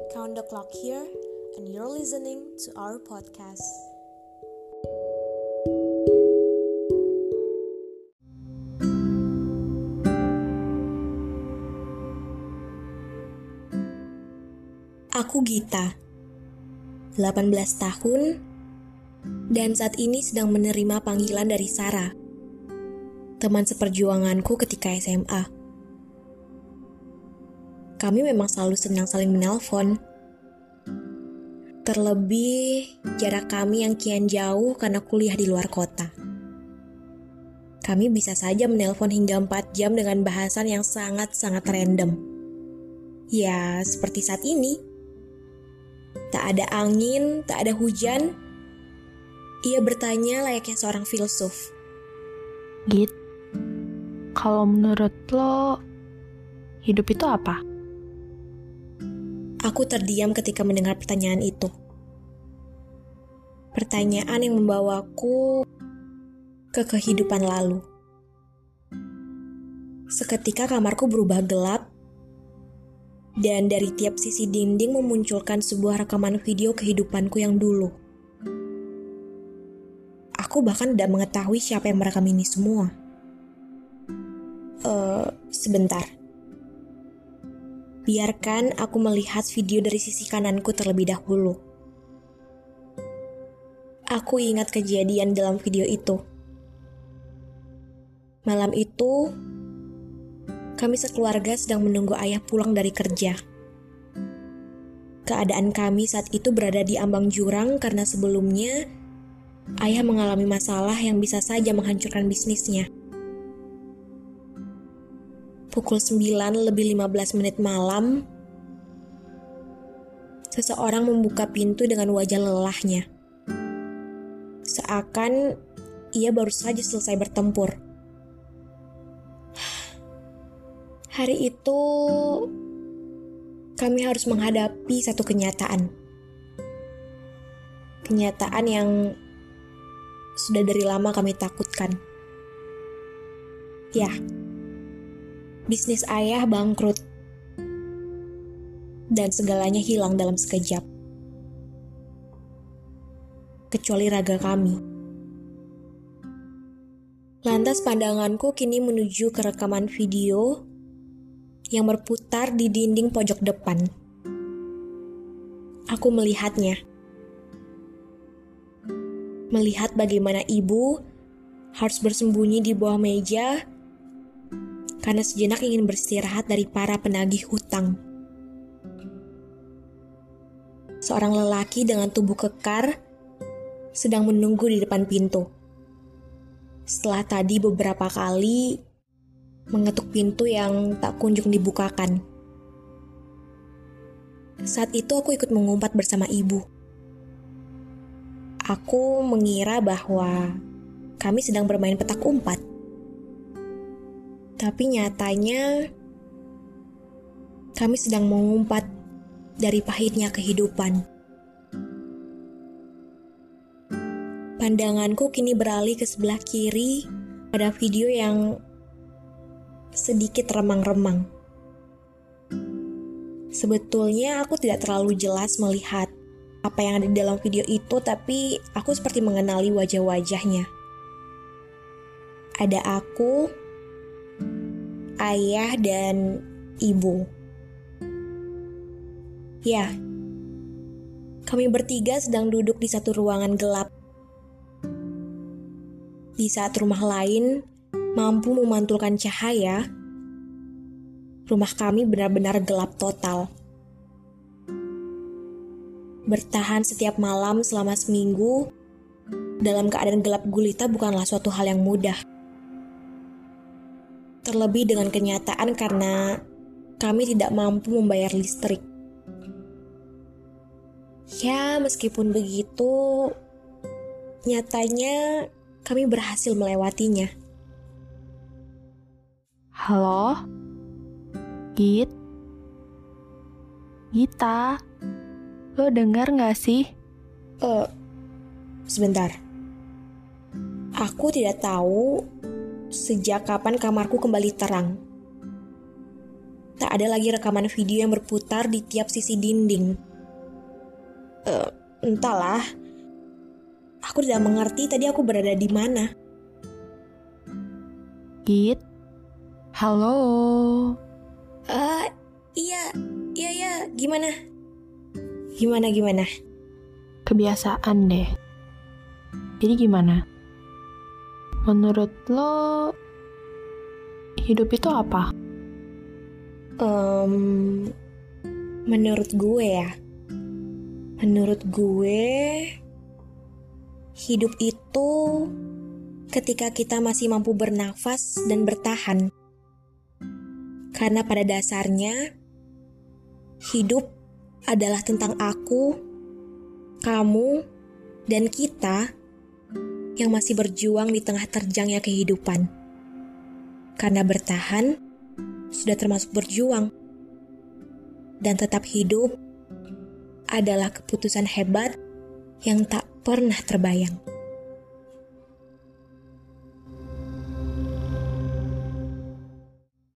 Count the clock here, and you're listening to our podcast. Aku Gita, 18 tahun, dan saat ini sedang menerima panggilan dari Sarah, teman seperjuanganku ketika SMA. Kami memang selalu senang saling menelpon. Terlebih jarak kami yang kian jauh karena kuliah di luar kota. Kami bisa saja menelpon hingga 4 jam dengan bahasan yang sangat-sangat random. Ya, seperti saat ini. Tak ada angin, tak ada hujan. Ia bertanya layaknya seorang filsuf. Git, kalau menurut lo, hidup itu apa? Aku terdiam ketika mendengar pertanyaan itu. Pertanyaan yang membawaku ke kehidupan lalu. Seketika kamarku berubah gelap, dan dari tiap sisi dinding memunculkan sebuah rekaman video kehidupanku yang dulu. Aku bahkan tidak mengetahui siapa yang merekam ini semua. Sebentar. Biarkan aku melihat video dari sisi kananku terlebih dahulu. Aku ingat kejadian dalam video itu. Malam itu, kami sekeluarga sedang menunggu ayah pulang dari kerja. Keadaan kami saat itu berada di ambang jurang karena sebelumnya ayah mengalami masalah yang bisa saja menghancurkan bisnisnya. Pukul 9:15 malam, seseorang membuka pintu dengan wajah lelahnya. Seakan ia baru saja selesai bertempur. Hari itu, kami harus menghadapi satu kenyataan. Kenyataan yang sudah dari lama kami takutkan. Ya, bisnis ayah bangkrut. Dan segalanya hilang dalam sekejap. Kecuali raga kami. Lantas pandanganku kini menuju ke rekaman video yang berputar di dinding pojok depan. Aku melihatnya. Melihat bagaimana ibu harus bersembunyi di bawah meja karena sejenak ingin beristirahat dari para penagih hutang. Seorang lelaki dengan tubuh kekar sedang menunggu di depan pintu. Setelah tadi beberapa kali mengetuk pintu yang tak kunjung dibukakan. Saat itu aku ikut mengumpat bersama ibu. Aku mengira bahwa kami sedang bermain petak umpat. Tapi nyatanya kami sedang mengumpat dari pahitnya kehidupan. Pandanganku kini beralih ke sebelah kiri pada video yang sedikit remang-remang. Sebetulnya aku tidak terlalu jelas melihat apa yang ada di dalam video itu, tapi aku seperti mengenali wajah-wajahnya. Ada aku, ayah, dan ibu. Ya, kami bertiga sedang duduk di satu ruangan gelap. Di saat rumah lain mampu memantulkan cahaya, rumah kami benar-benar gelap total. Bertahan setiap malam selama seminggu dalam keadaan gelap gulita bukanlah suatu hal yang mudah. Terlebih dengan kenyataan karena kami tidak mampu membayar listrik. Ya, meskipun begitu, nyatanya kami berhasil melewatinya. Halo? Git? Gita? Lo dengar gak sih? Sebentar. Aku tidak tahu sejak kapan kamarku kembali terang. Tak ada lagi rekaman video yang berputar di tiap sisi dinding. Entahlah. Aku tidak mengerti tadi aku berada di mana. Git? Halo? Iya, gimana? Gimana? Kebiasaan deh. Jadi gimana? Menurut lo, hidup itu apa? Menurut gue, hidup itu ketika kita masih mampu bernafas dan bertahan. Karena pada dasarnya, hidup adalah tentang aku, kamu, dan kita yang masih berjuang di tengah terjangnya kehidupan. Karena bertahan sudah termasuk berjuang. Dan tetap hidup adalah keputusan hebat yang tak pernah terbayang.